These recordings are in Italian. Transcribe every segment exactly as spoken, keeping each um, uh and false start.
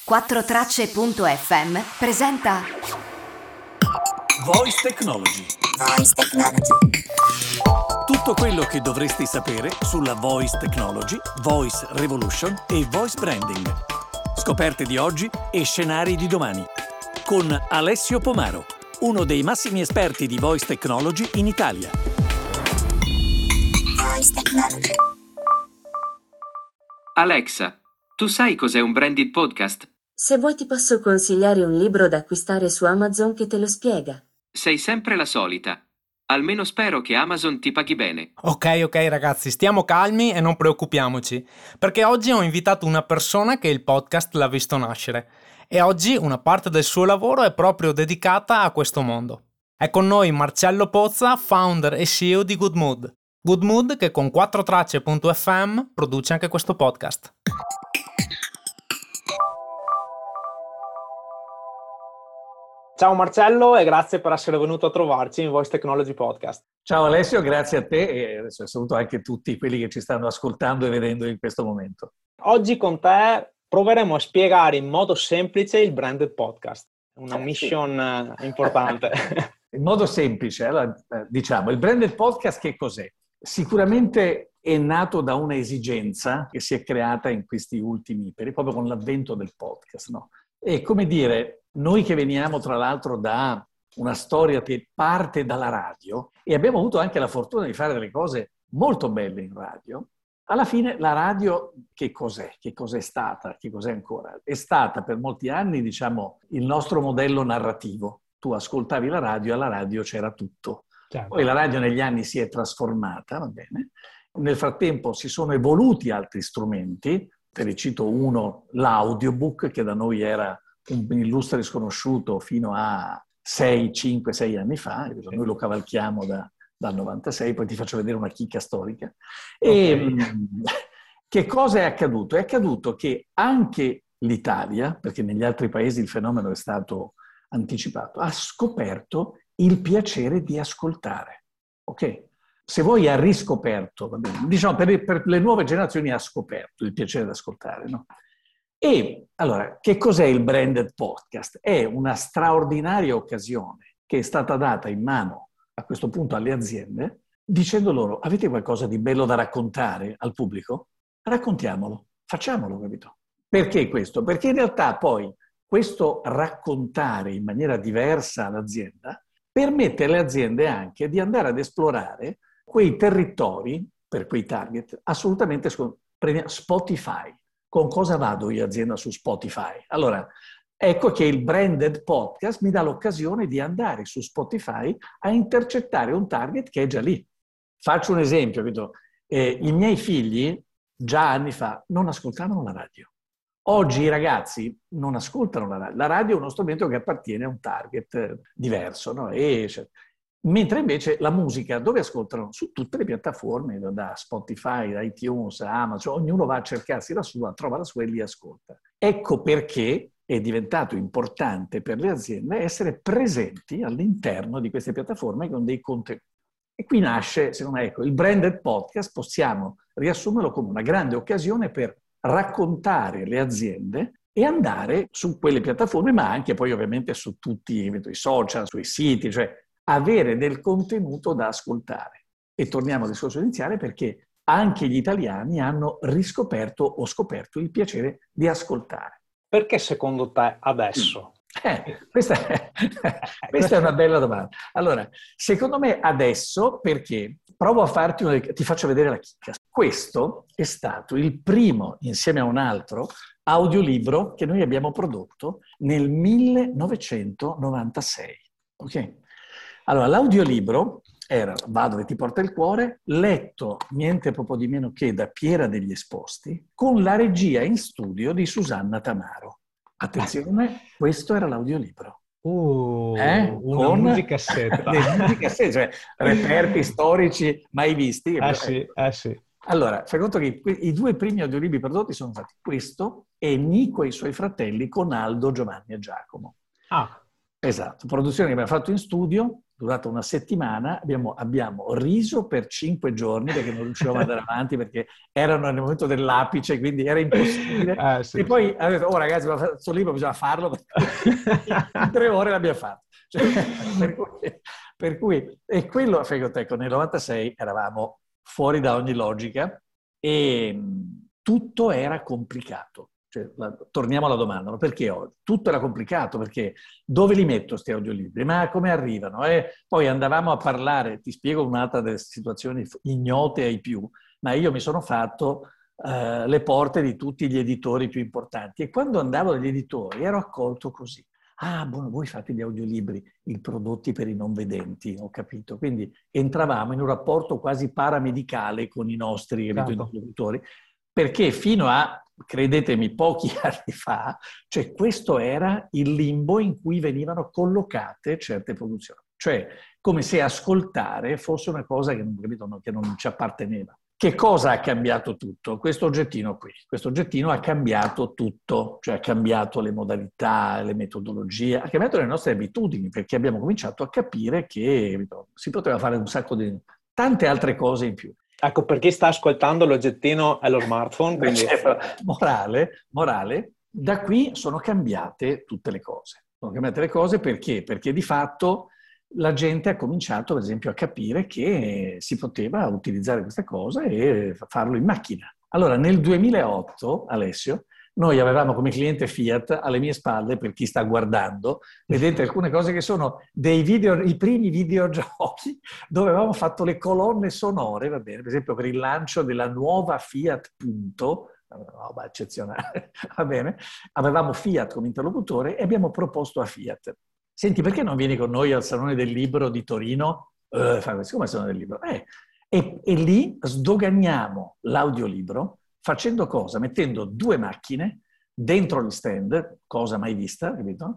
quattro tracce punto effe emme presenta Voice Technology. Voice Technology. Tutto quello che dovresti sapere sulla Voice Technology, Voice Revolution e Voice Branding. Scoperte di oggi e scenari di domani. Con Alessio Pomaro, uno dei massimi esperti di Voice Technology in Italia. Voice Technology. Alexa, tu sai cos'è un branded podcast? Se vuoi ti posso consigliare un libro da acquistare su Amazon che te lo spiega. Sei sempre la solita. Almeno spero che Amazon ti paghi bene. Ok, ok ragazzi, stiamo calmi e non preoccupiamoci, perché oggi ho invitato una persona che il podcast l'ha visto nascere e oggi una parte del suo lavoro è proprio dedicata a questo mondo. È con noi Marcello Pozza, founder e C E O di Good Mood. Good Mood che con quattro tracce punto effe emme produce anche questo podcast. Ciao Marcello e grazie per essere venuto a trovarci in Voice Technology Podcast. Ciao Alessio, grazie a te e adesso saluto anche tutti quelli che ci stanno ascoltando e vedendo in questo momento. Oggi con te proveremo a spiegare in modo semplice il branded podcast, una Eh, mission sì. importante. In modo semplice, allora, diciamo, il branded podcast che cos'è? Sicuramente è nato da una esigenza che si è creata in questi ultimi periodi, proprio con l'avvento del podcast, no? E come dire, noi che veniamo tra l'altro da una storia che parte dalla radio e abbiamo avuto anche la fortuna di fare delle cose molto belle in radio, alla fine la radio che cos'è? Che cos'è stata? Che cos'è ancora? È stata per molti anni, diciamo, il nostro modello narrativo. Tu ascoltavi la radio e alla radio c'era tutto. Certo. Poi la radio negli anni si è trasformata, va bene? Nel frattempo si sono evoluti altri strumenti. Te ne cito uno, l'audiobook, che da noi era un illustre sconosciuto fino a sei, cinque, sei anni fa. Noi lo cavalchiamo da, dal novantasei, poi ti faccio vedere una chicca storica. E okay. Che cosa è accaduto? È accaduto che anche l'Italia, perché negli altri paesi il fenomeno è stato anticipato, ha scoperto il piacere di ascoltare. Ok? Se vuoi ha riscoperto, va bene, diciamo per, per le nuove generazioni ha scoperto il piacere di ascoltare, no? E allora, che cos'è il branded podcast? È una straordinaria occasione che è stata data in mano a questo punto alle aziende, dicendo loro: avete qualcosa di bello da raccontare al pubblico? Raccontiamolo, facciamolo, capito? Perché questo? Perché in realtà poi questo raccontare in maniera diversa all'azienda permette alle aziende anche di andare ad esplorare quei territori, per quei target, assolutamente Spotify. Con cosa vado io azienda su Spotify? Allora, ecco che il branded podcast mi dà l'occasione di andare su Spotify a intercettare un target che è già lì. Faccio un esempio, capito? Eh, i miei figli già anni fa non ascoltavano la radio. Oggi i ragazzi non ascoltano la radio. La radio è uno strumento che appartiene a un target diverso, no? E, cioè, mentre invece la musica dove ascoltano? Su tutte le piattaforme, da Spotify, da iTunes, Amazon, ognuno va a cercarsi la sua, trova la sua e li ascolta. Ecco perché è diventato importante per le aziende essere presenti all'interno di queste piattaforme con dei contenuti. E qui nasce, secondo me, ecco, il branded podcast, possiamo riassumerlo come una grande occasione per raccontare le aziende e andare su quelle piattaforme, ma anche poi ovviamente su tutti i social, sui siti, cioè avere del contenuto da ascoltare. E torniamo al discorso iniziale, perché anche gli italiani hanno riscoperto o scoperto il piacere di ascoltare. Perché secondo te adesso? Eh, questa, è, questa è una bella domanda. Allora, secondo me adesso, perché provo a farti una, ti faccio vedere la chicca. Questo è stato il primo, insieme a un altro, audiolibro che noi abbiamo prodotto nel millenovecentonovantasei. Ok? Allora, l'audiolibro era Va dove ti porta il cuore, letto niente proprio di meno che da Piera degli Esposti, con la regia in studio di Susanna Tamaro. Attenzione, questo era l'audiolibro. Uh, eh? una Con musicassetta. Le musicassette, cioè reperti storici mai visti. Eh sì, eh sì. Allora, fai conto che i due primi audiolibri prodotti sono stati questo e Nico e i suoi fratelli con Aldo, Giovanni e Giacomo. Ah. Esatto, produzione che abbiamo fatto in studio, durata una settimana, abbiamo, abbiamo riso per cinque giorni perché non riuscivamo ad andare avanti, perché erano nel momento dell'apice, quindi era impossibile. Eh, sì, e poi sì. ha detto, oh ragazzi, questo libro bisogna farlo, in tre ore l'abbiamo fatto. Cioè, per, cui, per cui, e quello, ecco, nel novantasei eravamo fuori da ogni logica e tutto era complicato. Cioè, la, torniamo alla domanda, no? Perché oggi? Tutto era complicato, perché dove li metto questi audiolibri? Ma come arrivano? E poi andavamo a parlare, ti spiego un'altra delle situazioni ignote ai più, ma io mi sono fatto uh, le porte di tutti gli editori più importanti e quando andavo dagli editori ero accolto così. Ah, buono, voi fate gli audiolibri, i prodotti per i non vedenti, ho capito. Quindi entravamo in un rapporto quasi paramedicale con i nostri Certo. interlocutori, perché fino a, credetemi, pochi anni fa, cioè questo era il limbo in cui venivano collocate certe produzioni. Cioè, come se ascoltare fosse una cosa che, capito, che non ci apparteneva. Che cosa ha cambiato tutto? Questo oggettino qui. Questo oggettino ha cambiato tutto, cioè ha cambiato le modalità, le metodologie, ha cambiato le nostre abitudini, perché abbiamo cominciato a capire che capito, si poteva fare un sacco di tante altre cose in più. Ecco, per chi sta ascoltando, l'oggettino è lo smartphone. Quindi... morale, morale, da qui sono cambiate tutte le cose. Sono cambiate le cose perché? Perché di fatto la gente ha cominciato, per esempio, a capire che si poteva utilizzare questa cosa e farlo in macchina. Allora, nel duemilaotto, Alessio, noi avevamo come cliente Fiat alle mie spalle, per chi sta guardando, vedete alcune cose che sono dei video, i primi videogiochi dove avevamo fatto le colonne sonore, va bene, per esempio per il lancio della nuova Fiat Punto, una roba eccezionale, va bene, avevamo Fiat come interlocutore e abbiamo proposto a Fiat: senti, perché non vieni con noi al Salone del Libro di Torino? Eh, come Salone del Libro? Eh, e, e lì sdoganiamo l'audiolibro facendo cosa? Mettendo due macchine dentro gli stand, cosa mai vista, capito?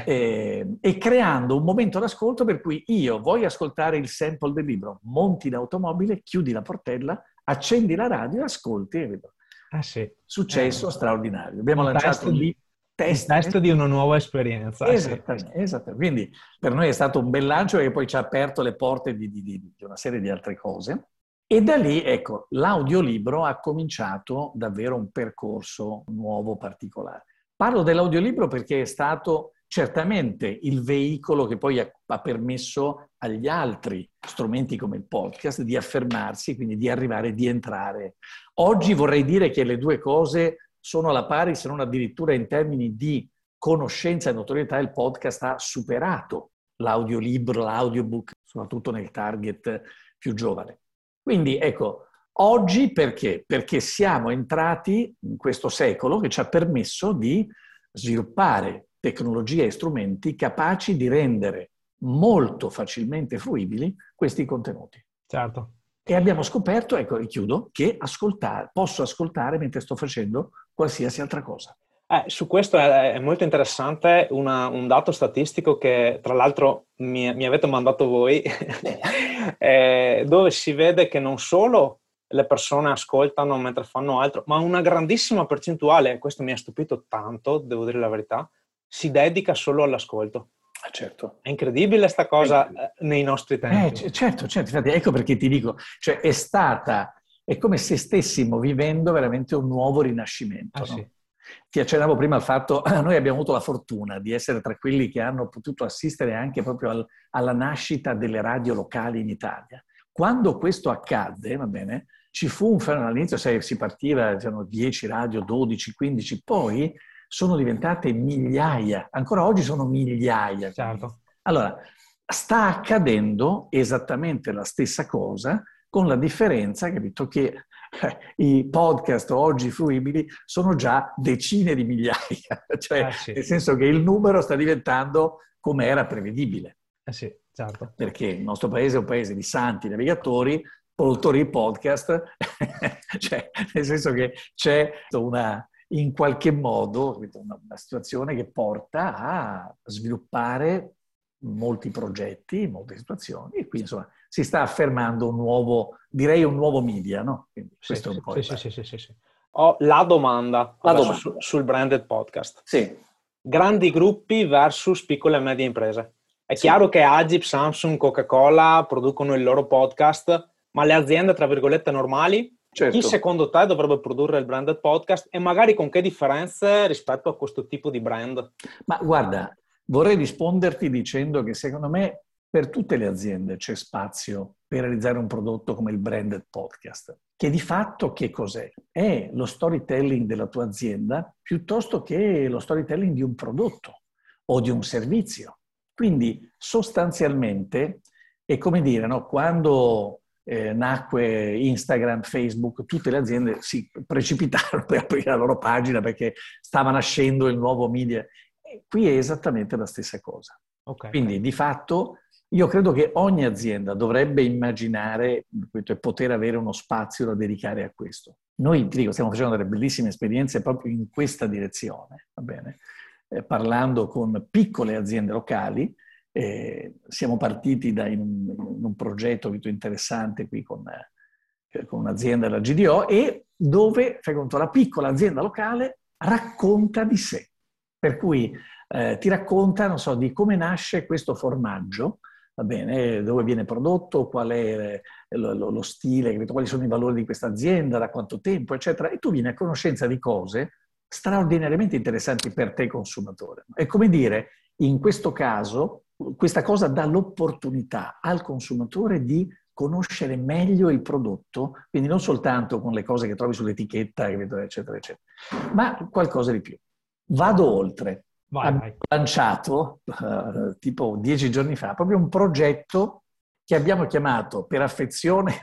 E, e creando un momento d'ascolto per cui io voglio ascoltare il sample del libro, monti l'automobile, chiudi la portella, accendi la radio e ascolti, capito? Ah, sì. Successo eh, straordinario. Abbiamo un lanciato test, lì test, test di una nuova esperienza. Esattamente, sì. Esattamente. Quindi per noi è stato un bel lancio e poi ci ha aperto le porte di, di, di una serie di altre cose. E da lì, ecco, l'audiolibro ha cominciato davvero un percorso nuovo, particolare. Parlo dell'audiolibro perché è stato certamente il veicolo che poi ha, ha permesso agli altri strumenti come il podcast di affermarsi, quindi di arrivare, di entrare. Oggi vorrei dire che le due cose sono alla pari, se non addirittura in termini di conoscenza e notorietà, il podcast ha superato l'audiolibro, l'audiobook, soprattutto nel target più giovane. Quindi ecco, oggi perché? Perché siamo entrati in questo secolo che ci ha permesso di sviluppare tecnologie e strumenti capaci di rendere molto facilmente fruibili questi contenuti. Certo. E abbiamo scoperto, ecco, e chiudo, che ascoltare, posso ascoltare mentre sto facendo qualsiasi altra cosa. Eh, su questo è, è molto interessante una, un dato statistico che tra l'altro mi, mi avete mandato voi, eh, dove si vede che non solo le persone ascoltano mentre fanno altro, ma una grandissima percentuale, questo mi ha stupito tanto, devo dire la verità, si dedica solo all'ascolto. Ah, certo. È incredibile sta cosa eh, nei nostri tempi. Eh, certo, certo, infatti ecco perché ti dico, cioè è stata, è come se stessimo vivendo veramente un nuovo rinascimento, Ah, no? sì. Ti accennavo prima al fatto, noi abbiamo avuto la fortuna di essere tra quelli che hanno potuto assistere anche proprio al, alla nascita delle radio locali in Italia. Quando questo accadde, va bene, ci fu un fenomeno, all'inizio sai, si partiva, c'erano dieci radio, dodici, quindici, poi sono diventate migliaia, ancora oggi sono migliaia. Certo. Allora, sta accadendo esattamente la stessa cosa, con la differenza, capito, che i podcast oggi fruibili sono già decine di migliaia, cioè eh sì. nel senso che il numero sta diventando come era prevedibile. Eh sì, certo. Perché il nostro paese è un paese di santi navigatori, produttori di podcast, cioè nel senso che c'è una, in qualche modo, una, una situazione che porta a sviluppare molti progetti, molte situazioni, e qui insomma si sta affermando un nuovo, direi un nuovo media, no? Quindi Sì, questo sì, è un po' sì, sì, sì, sì, sì. Ho la domanda, La adesso domanda. Su, sul branded podcast. Sì. Grandi gruppi versus piccole e medie imprese. È chiaro che Agip, Samsung, Coca-Cola producono il loro podcast, ma le aziende, tra virgolette, normali, Certo. chi secondo te dovrebbe produrre il branded podcast e magari con che differenze rispetto a questo tipo di brand? Ma guarda, vorrei risponderti dicendo che secondo me per tutte le aziende c'è spazio per realizzare un prodotto come il branded podcast, che di fatto che cos'è? È lo storytelling della tua azienda piuttosto che lo storytelling di un prodotto o di un servizio. Quindi sostanzialmente è come dire, no? Quando eh, nacque Instagram, Facebook, tutte le aziende si precipitarono per aprire la loro pagina perché stava nascendo il nuovo media. E qui è esattamente la stessa cosa. Okay. Quindi di fatto io credo che ogni azienda dovrebbe immaginare e poter avere uno spazio da dedicare a questo. Noi, ti dico, stiamo facendo delle bellissime esperienze proprio in questa direzione, va bene? Eh, parlando con piccole aziende locali. Eh, siamo partiti da in un, in un progetto interessante qui con, eh, con un'azienda della G D O e dove, fai conto, la piccola azienda locale racconta di sé. Per cui eh, ti racconta, non so, di come nasce questo formaggio, va bene, dove viene prodotto, qual è lo, lo, lo stile, quali sono i valori di questa azienda, da quanto tempo, eccetera. E tu vieni a conoscenza di cose straordinariamente interessanti per te consumatore. È come dire, in questo caso, questa cosa dà l'opportunità al consumatore di conoscere meglio il prodotto, quindi non soltanto con le cose che trovi sull'etichetta, eccetera, eccetera, ma qualcosa di più. Vado oltre. Vai, abbiamo vai. lanciato, uh, tipo dieci giorni fa, proprio un progetto che abbiamo chiamato per affezione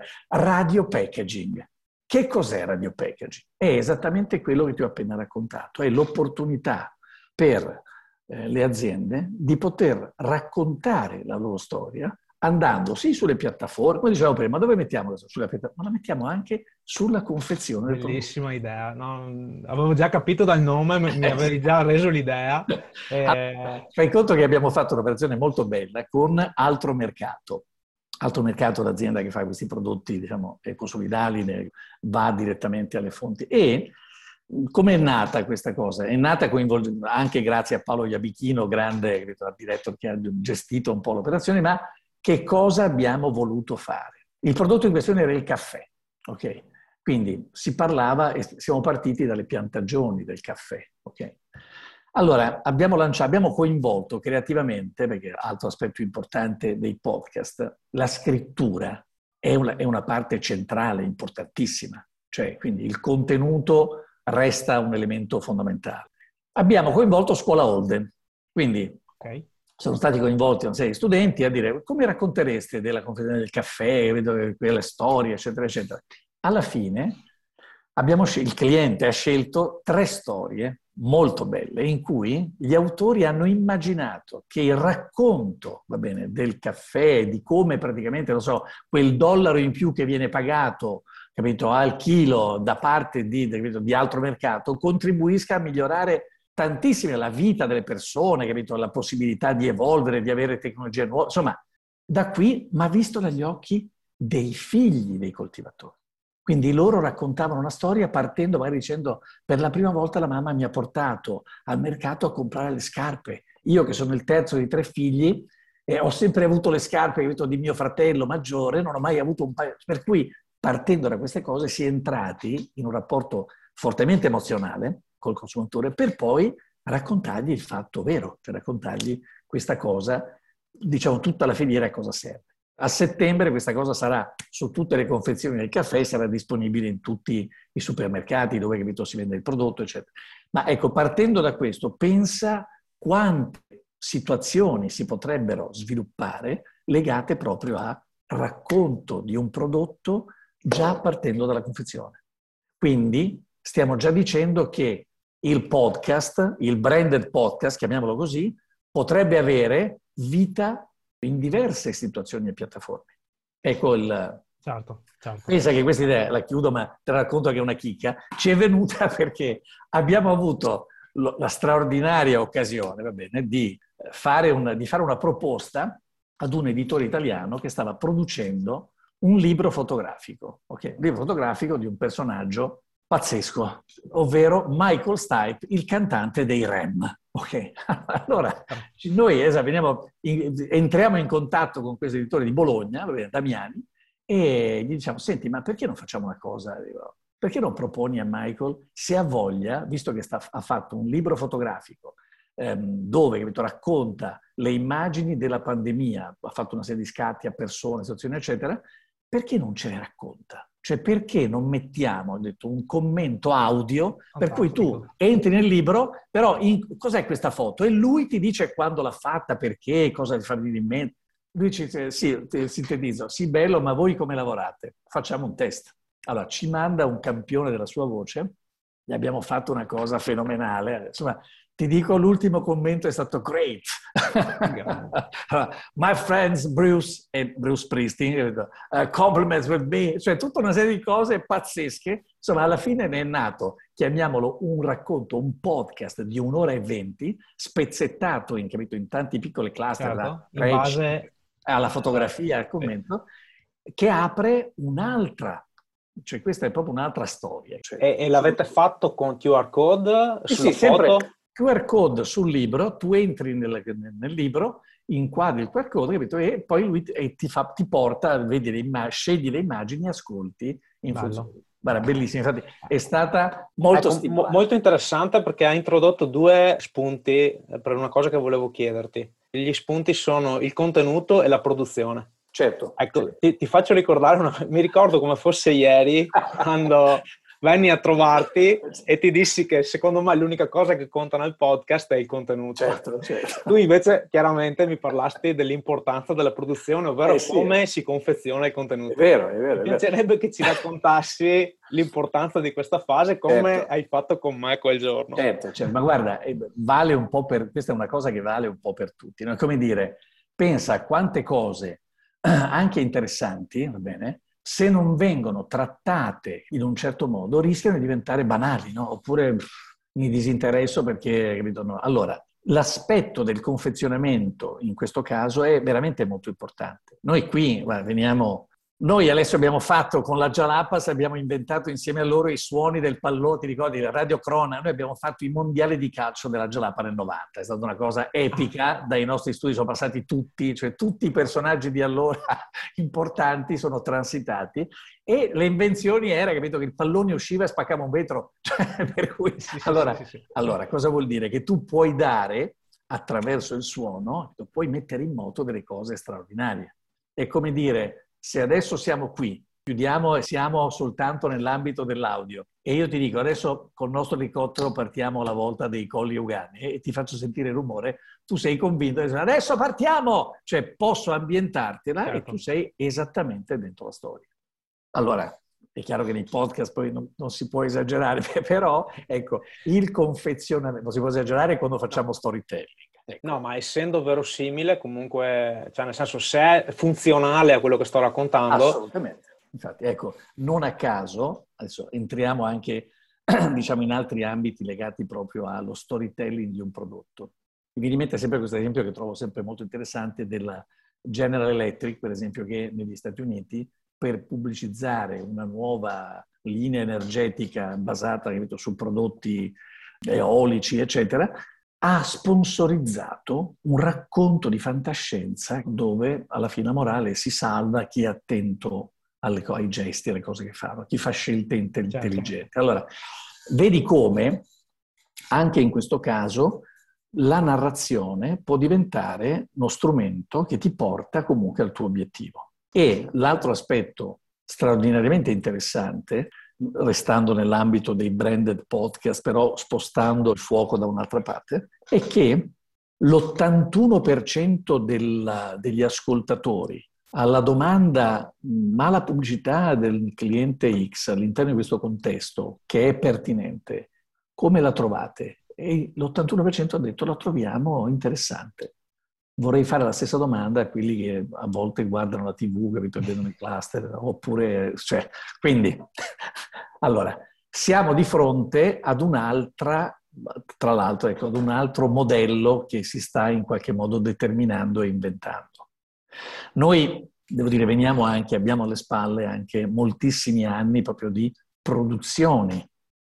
radio packaging. Che cos'è radio packaging? È esattamente quello che ti ho appena raccontato, è l'opportunità per eh, le aziende di poter raccontare la loro storia andando sì sulle piattaforme, come dicevamo prima, dove mettiamo sulla piattaforma? Ma la mettiamo anche sulla confezione del prodotto. Bellissima idea, no, avevo già capito dal nome, mi avevi già reso l'idea. E... Ah, fai conto che abbiamo fatto un'operazione molto bella con Altro Mercato. Altro Mercato, l'azienda che fa questi prodotti, diciamo, ecosolidali, va direttamente alle fonti. E come è nata questa cosa? È nata coinvolgendo anche grazie a Paolo Iabichino, grande direttore che ha gestito un po' l'operazione, ma che cosa abbiamo voluto fare? Il prodotto in questione era il caffè, ok? Quindi si parlava e siamo partiti dalle piantagioni del caffè, ok? Allora, abbiamo lanciato, abbiamo coinvolto creativamente, perché altro aspetto importante dei podcast, la scrittura è una, è una parte centrale, importantissima, cioè quindi il contenuto resta un elemento fondamentale. Abbiamo coinvolto Scuola Holden, quindi okay. Sono stati coinvolti una serie di studenti a dire come raccontereste della confezione del caffè, quelle storie, eccetera, eccetera. Alla fine abbiamo scel- il cliente ha scelto tre storie molto belle in cui gli autori hanno immaginato che il racconto, va bene, del caffè, di come praticamente, non so, quel dollaro in più che viene pagato, capito, al chilo da parte di, di Altro Mercato contribuisca a migliorare tantissimo la vita delle persone, capito, la possibilità di evolvere, di avere tecnologie nuove, insomma, da qui, ma visto dagli occhi dei figli dei coltivatori. Quindi loro raccontavano una storia partendo magari dicendo per la prima volta la mamma mi ha portato al mercato a comprare le scarpe. Io che sono il terzo di tre figli eh, ho sempre avuto le scarpe capito, di mio fratello maggiore, non ho mai avuto un paio. Per cui partendo da queste cose si è entrati in un rapporto fortemente emozionale col consumatore per poi raccontargli il fatto vero, per raccontargli questa cosa, diciamo tutta la filiera a cosa serve. A settembre questa cosa sarà su tutte le confezioni del caffè, sarà disponibile in tutti i supermercati dove capito, si vende il prodotto, eccetera. Ma ecco, partendo da questo, pensa quante situazioni si potrebbero sviluppare legate proprio a racconto di un prodotto già partendo dalla confezione. Quindi stiamo già dicendo che il podcast, il branded podcast, chiamiamolo così, potrebbe avere vita in diverse situazioni e piattaforme. Ecco il... Certo, certo. Pensa che questa idea, la chiudo ma te la racconto che è una chicca, ci è venuta perché abbiamo avuto lo, la straordinaria occasione, va bene, di fare, un, di fare una proposta ad un editore italiano che stava producendo un libro fotografico, ok? Un libro fotografico di un personaggio pazzesco, ovvero Michael Stipe, il cantante dei Rem. Ok, allora noi esatto, veniamo in, entriamo in contatto con questo editore di Bologna, Damiani, e gli diciamo: senti, ma perché non facciamo una cosa? Dico, perché non proponi a Michael, se ha voglia, visto che sta, ha fatto un libro fotografico ehm, dove capito, racconta le immagini della pandemia, ha fatto una serie di scatti a persone, situazioni, eccetera, perché non ce le racconta? Cioè, perché non mettiamo, ho detto, un commento audio per cui tu entri nel libro, però in, cos'è questa foto? E lui ti dice quando l'ha fatta, perché, cosa gli fa venire in mente. Lui ci dice: sì, ti sintetizzo, sì, bello, ma voi come lavorate? Facciamo un test. Allora, ci manda un campione della sua voce, gli abbiamo fatto una cosa fenomenale. Insomma, ti dico, l'ultimo commento è stato great. My friends Bruce e Bruce Springsteen, uh, compliments with me, cioè tutta una serie di cose pazzesche. Insomma, alla fine ne è nato, chiamiamolo un racconto, un podcast di un'ora e venti, spezzettato in, capito, in tanti piccoli cluster, certo, da in base alla fotografia, al commento, che apre un'altra. Cioè questa è proprio un'altra storia. Cioè, e, e l'avete fatto con Q R code sulla sì, foto? Q R code sul libro, tu entri nel, nel libro, inquadri il Q R code, capito? E poi lui e ti, fa, ti porta, vedi le immagini, scegli le immagini, ascolti in funzione. Guarda, bellissimo, infatti è stata molto ecco, mo, molto interessante, perché ha introdotto due spunti per una cosa che volevo chiederti. Gli spunti sono il contenuto e la produzione. Certo. Ecco, ti, ti faccio ricordare, una, mi ricordo come fosse ieri, quando venni a trovarti e ti dissi che secondo me l'unica cosa che conta nel podcast è il contenuto. Certo, certo. Tu invece chiaramente mi parlasti dell'importanza della produzione, ovvero eh sì, come eh. si confeziona il contenuto. È vero, è vero. Mi piacerebbe che ci raccontassi l'importanza di questa fase, come certo. hai fatto con me quel giorno. Certo, certo, ma guarda, vale un po' per, questa è una cosa che vale un po' per tutti, no? Come dire, pensa a quante cose anche interessanti, va bene, se non vengono trattate in un certo modo rischiano di diventare banali, no? Oppure pff, mi disinteresso perché, capito, no? Allora, l'aspetto del confezionamento in questo caso è veramente molto importante. Noi qui, guarda, veniamo... Noi adesso abbiamo fatto con la Jalapas, abbiamo inventato insieme a loro i suoni del pallone, ti ricordi, la Radio Crona, noi abbiamo fatto i mondiali di calcio della Jalapa nel novanta, è stata una cosa epica, dai nostri studi sono passati tutti, cioè tutti i personaggi di allora importanti sono transitati e le invenzioni era, capito, che il pallone usciva e spaccava un vetro, cioè, per cui, sì, sì, allora, sì, sì, sì. allora cosa vuol dire? Che tu puoi dare, attraverso il suono, puoi mettere in moto delle cose straordinarie. È come dire... Se adesso siamo qui, chiudiamo e siamo soltanto nell'ambito dell'audio e io ti dico adesso col nostro elicottero partiamo alla volta dei Colli Euganei e ti faccio sentire il rumore, tu sei convinto e dici adesso partiamo! Cioè posso ambientartela certo. E tu sei esattamente dentro la storia. Allora, è chiaro che nei podcast poi non, non si può esagerare, però ecco, il confezionamento, si può esagerare quando facciamo storytelling. Ecco. No, ma essendo verosimile, comunque, cioè nel senso, se è funzionale a quello che sto raccontando... Assolutamente. Infatti, ecco, non a caso, adesso entriamo anche, diciamo, in altri ambiti legati proprio allo storytelling di un prodotto. Mi viene in mente sempre questo esempio che trovo sempre molto interessante della General Electric, per esempio, che negli Stati Uniti, per pubblicizzare una nuova linea energetica basata, capito, su prodotti eolici, eccetera, ha sponsorizzato un racconto di fantascienza dove alla fine morale si salva chi è attento alle, ai gesti, alle cose che fanno, chi fa scelte intelligenti. Certo. Allora, vedi come anche in questo caso la narrazione può diventare uno strumento che ti porta comunque al tuo obiettivo. E l'altro aspetto straordinariamente interessante, restando nell'ambito dei branded podcast, però spostando il fuoco da un'altra parte, è che l'ottantuno per cento della, degli ascoltatori alla domanda ma la pubblicità del cliente X all'interno di questo contesto, che è pertinente, come la trovate? E l'ottantuno per cento ha detto la troviamo interessante. Vorrei fare la stessa domanda a quelli che a volte guardano la tivù, capito, vedono i cluster, oppure, cioè, quindi, allora, siamo di fronte ad un'altra, tra l'altro, ecco, ad un altro modello che si sta in qualche modo determinando e inventando. Noi, devo dire, veniamo anche, abbiamo alle spalle anche moltissimi anni proprio di produzioni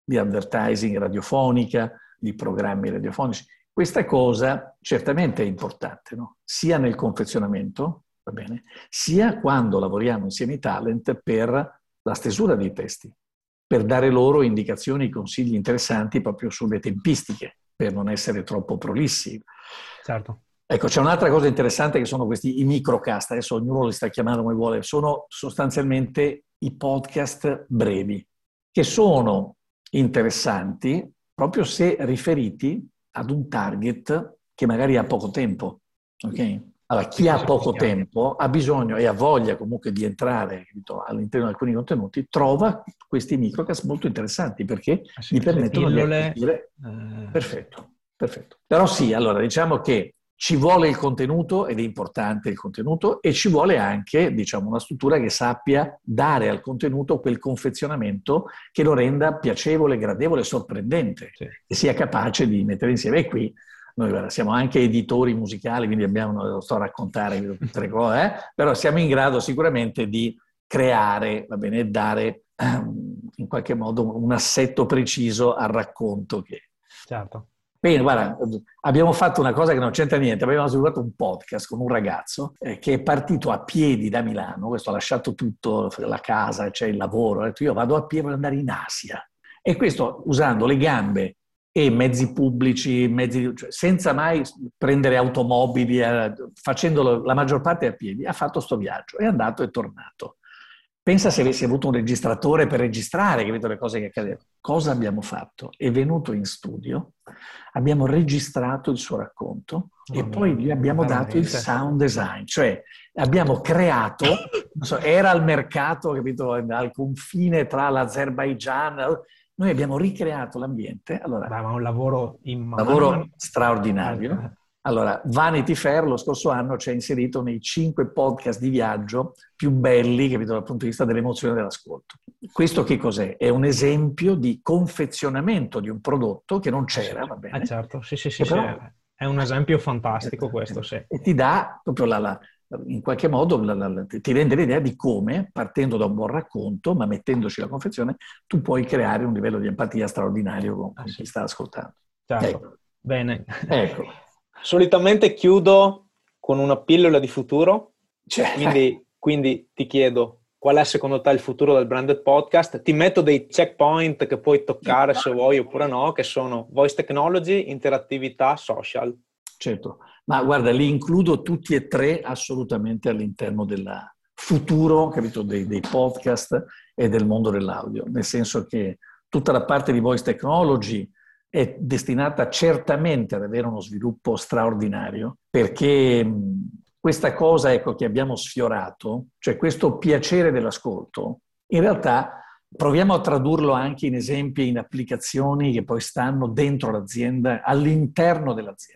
di advertising radiofonica, di programmi radiofonici. Questa cosa certamente è importante, no? Sia nel confezionamento, va bene, sia quando lavoriamo insieme ai talent per la stesura dei testi, per dare loro indicazioni, consigli interessanti proprio sulle tempistiche, per non essere troppo prolissi. Certo. Ecco, c'è un'altra cosa interessante che sono questi i microcast, adesso ognuno li sta chiamando come vuole, sono sostanzialmente i podcast brevi, che sono interessanti proprio se riferiti ad un target che magari ha poco tempo, ok? Allora, chi ha poco tempo ha bisogno e ha voglia comunque di entrare, capito, all'interno di alcuni contenuti, trova questi microcast molto interessanti perché gli permettono di acquisire. Eh... Perfetto, perfetto. Però sì, allora diciamo che ci vuole il contenuto, ed è importante il contenuto, e ci vuole anche, diciamo, una struttura che sappia dare al contenuto quel confezionamento che lo renda piacevole, gradevole, sorprendente, sì, che sia capace di mettere insieme. E qui noi guarda, siamo anche editori musicali, quindi abbiamo, non lo sto a raccontare tutte le cose, eh? Però siamo in grado sicuramente di creare, va bene, e dare um, in qualche modo un assetto preciso al racconto che... Certo. Bene, guarda, abbiamo fatto una cosa che non c'entra niente, abbiamo sviluppato un podcast con un ragazzo eh, che è partito a piedi da Milano, questo ha lasciato tutto, la casa, c'è il lavoro, ha detto io vado a piedi per andare in Asia. E questo usando le gambe e mezzi pubblici, mezzi, cioè, senza mai prendere automobili, eh, facendolo la maggior parte a piedi, ha fatto sto viaggio, è andato e tornato. Pensa se avessi avuto un registratore per registrare, capito, le cose che accadevano. Cosa abbiamo fatto? È venuto in studio, abbiamo registrato il suo racconto oh, e poi gli abbiamo veramente dato il sound design, cioè abbiamo creato, non so, era al mercato, capito, al confine tra l'Azerbaigian, noi abbiamo ricreato l'ambiente. Allora, beh, ma un lavoro immane. Lavoro straordinario. Allora, Vanity Fair lo scorso anno ci ha inserito nei cinque podcast di viaggio più belli, capito, dal punto di vista dell'emozione dell'ascolto. Questo che cos'è? È un esempio di confezionamento di un prodotto che non c'era, va bene? Ah, certo, sì, sì, sì, però, sì. È un esempio fantastico questo, sì. E ti dà proprio la, la in qualche modo la, la, ti rende l'idea di come, partendo da un buon racconto, ma mettendoci la confezione, tu puoi creare un livello di empatia straordinario con, con ah, sì. chi sta ascoltando. Certo, ecco. Bene. Ecco. Solitamente chiudo con una pillola di futuro, cioè. quindi, quindi ti chiedo qual è secondo te il futuro del branded podcast. Ti metto dei checkpoint che puoi toccare se vuoi oppure no, che sono voice technology, interattività, social. Certo, ma guarda, li includo tutti e tre assolutamente all'interno del futuro, capito, dei, dei podcast e del mondo dell'audio, nel senso che tutta la parte di voice technology è destinata certamente ad avere uno sviluppo straordinario, perché questa cosa, ecco, che abbiamo sfiorato, cioè questo piacere dell'ascolto, in realtà proviamo a tradurlo anche in esempi, in applicazioni che poi stanno dentro l'azienda, all'interno dell'azienda.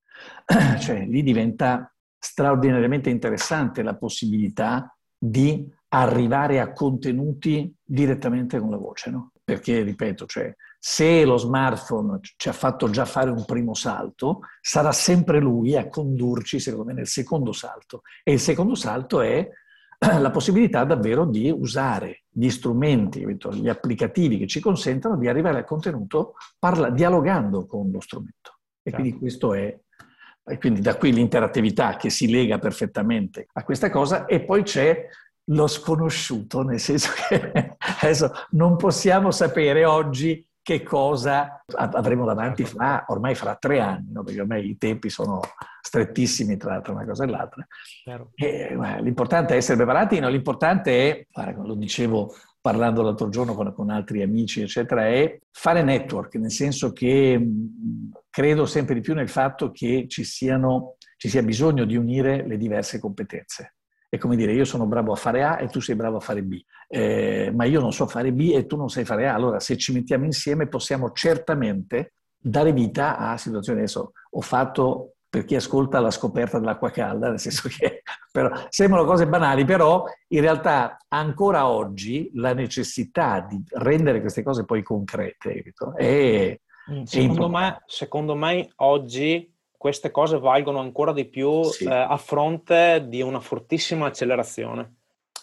Cioè lì diventa straordinariamente interessante la possibilità di arrivare a contenuti direttamente con la voce, no? Perché, ripeto, cioè, se lo smartphone ci ha fatto già fare un primo salto, sarà sempre lui a condurci, secondo me, nel secondo salto. E il secondo salto è la possibilità davvero di usare gli strumenti, gli applicativi che ci consentono di arrivare al contenuto parla, dialogando con lo strumento. E certo. Quindi questo è, e quindi da qui l'interattività che si lega perfettamente a questa cosa, e poi c'è lo sconosciuto, nel senso che adesso non possiamo sapere oggi che cosa avremo davanti fra, ormai fra tre anni, no? Perché ormai i tempi sono strettissimi tra, tra una cosa e l'altra. E, guarda, l'importante è essere preparati, no? L'importante è, guarda, lo dicevo parlando l'altro giorno con, con altri amici, eccetera, è fare network, nel senso che mh, credo sempre di più nel fatto che ci siano, ci sia bisogno di unire le diverse competenze. È come dire, io sono bravo a fare A e tu sei bravo a fare B, eh, ma io non so fare B e tu non sai fare A. Allora, se ci mettiamo insieme possiamo certamente dare vita a situazioni. Adesso ho fatto, per chi ascolta, la scoperta dell'acqua calda, nel senso che però, sembrano cose banali, però in realtà ancora oggi la necessità di rendere queste cose poi concrete è, secondo è me, secondo me oggi queste cose valgono ancora di più, sì. eh, a fronte di una fortissima accelerazione.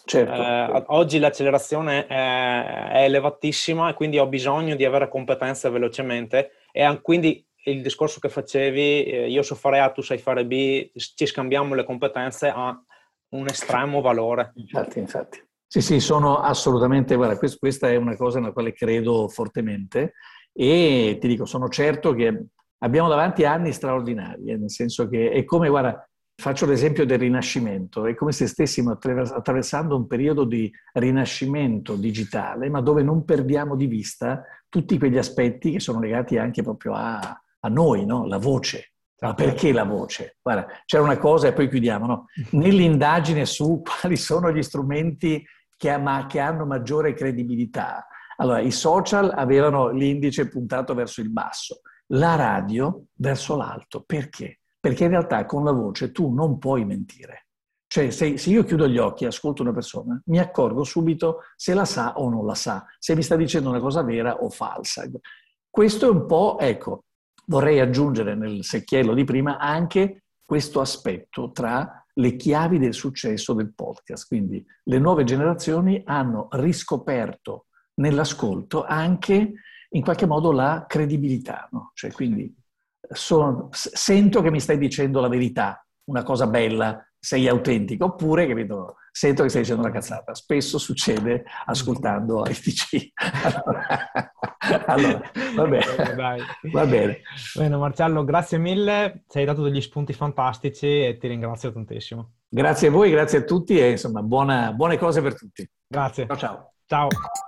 Certo. Eh, oggi l'accelerazione è, è elevatissima e quindi ho bisogno di avere competenze velocemente e quindi il discorso che facevi, eh, io so fare A, tu sai fare B, ci scambiamo le competenze, ha un estremo valore. Infatti, infatti. Sì, sì, sono assolutamente, guarda, quest- questa è una cosa nella quale credo fortemente e ti dico, sono certo che abbiamo davanti anni straordinari, eh, nel senso che è come, guarda, faccio l'esempio del Rinascimento, è come se stessimo attraver- attraversando un periodo di rinascimento digitale, ma dove non perdiamo di vista tutti quegli aspetti che sono legati anche proprio a, a noi, no? La voce. Ma perché la voce? Guarda, c'era una cosa e poi chiudiamo, no? Nell'indagine su quali sono gli strumenti che, ma, che hanno maggiore credibilità, allora i social avevano l'indice puntato verso il basso, la radio verso l'alto. Perché? Perché in realtà con la voce tu non puoi mentire. Cioè se, se io chiudo gli occhi e ascolto una persona, mi accorgo subito se la sa o non la sa, se mi sta dicendo una cosa vera o falsa. Questo è un po', ecco, vorrei aggiungere nel secchiello di prima anche questo aspetto tra le chiavi del successo del podcast. Quindi le nuove generazioni hanno riscoperto nell'ascolto anche in qualche modo la credibilità, no? Cioè quindi sono, sento che mi stai dicendo la verità, una cosa bella, sei autentico, oppure, capito, sento che stai dicendo una cazzata. Spesso succede ascoltando I T C. Allora, allora va bene. Dai. Va bene. Bene, Marcello, grazie mille, ci hai dato degli spunti fantastici e ti ringrazio tantissimo. Grazie a voi, grazie a tutti e insomma buona, buone cose per tutti. Grazie. Ciao ciao. Ciao.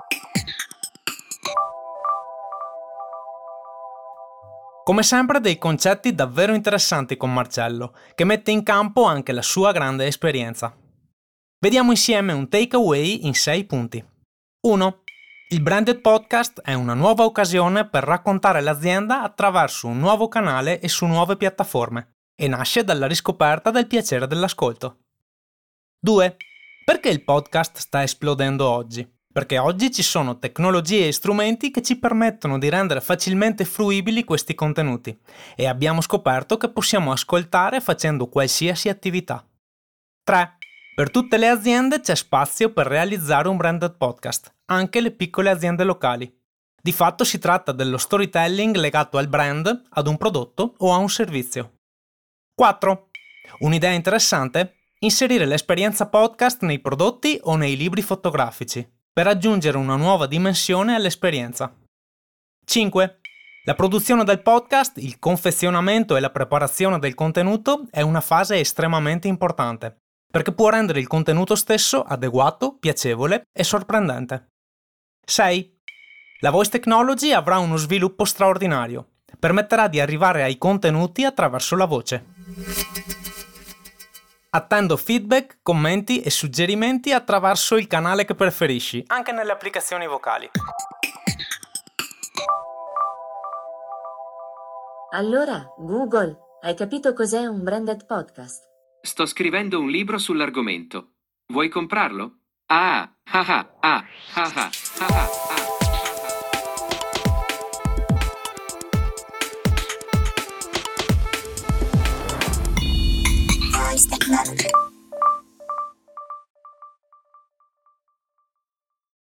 Come sempre dei concetti davvero interessanti con Marcello, che mette in campo anche la sua grande esperienza. Vediamo insieme un takeaway in sei punti. uno. Il branded podcast è una nuova occasione per raccontare l'azienda attraverso un nuovo canale e su nuove piattaforme, e nasce dalla riscoperta del piacere dell'ascolto. due. Perché il podcast sta esplodendo oggi? Perché oggi ci sono tecnologie e strumenti che ci permettono di rendere facilmente fruibili questi contenuti e abbiamo scoperto che possiamo ascoltare facendo qualsiasi attività. tre. Per tutte le aziende c'è spazio per realizzare un branded podcast, anche le piccole aziende locali. Di fatto si tratta dello storytelling legato al brand, ad un prodotto o a un servizio. quattro. Un'idea interessante? Inserire l'esperienza podcast nei prodotti o nei libri fotografici, per aggiungere una nuova dimensione all'esperienza. cinque. La produzione del podcast, il confezionamento e la preparazione del contenuto è una fase estremamente importante, perché può rendere il contenuto stesso adeguato, piacevole e sorprendente. sei. La Voice Technology avrà uno sviluppo straordinario. Permetterà di arrivare ai contenuti attraverso la voce. Attendo feedback, commenti e suggerimenti attraverso il canale che preferisci, anche nelle applicazioni vocali. Allora, Google, hai capito cos'è un branded podcast? Sto scrivendo un libro sull'argomento. Vuoi comprarlo? Ah, ah, ah, ah, ah, ah, ah, ah. Voice Technology.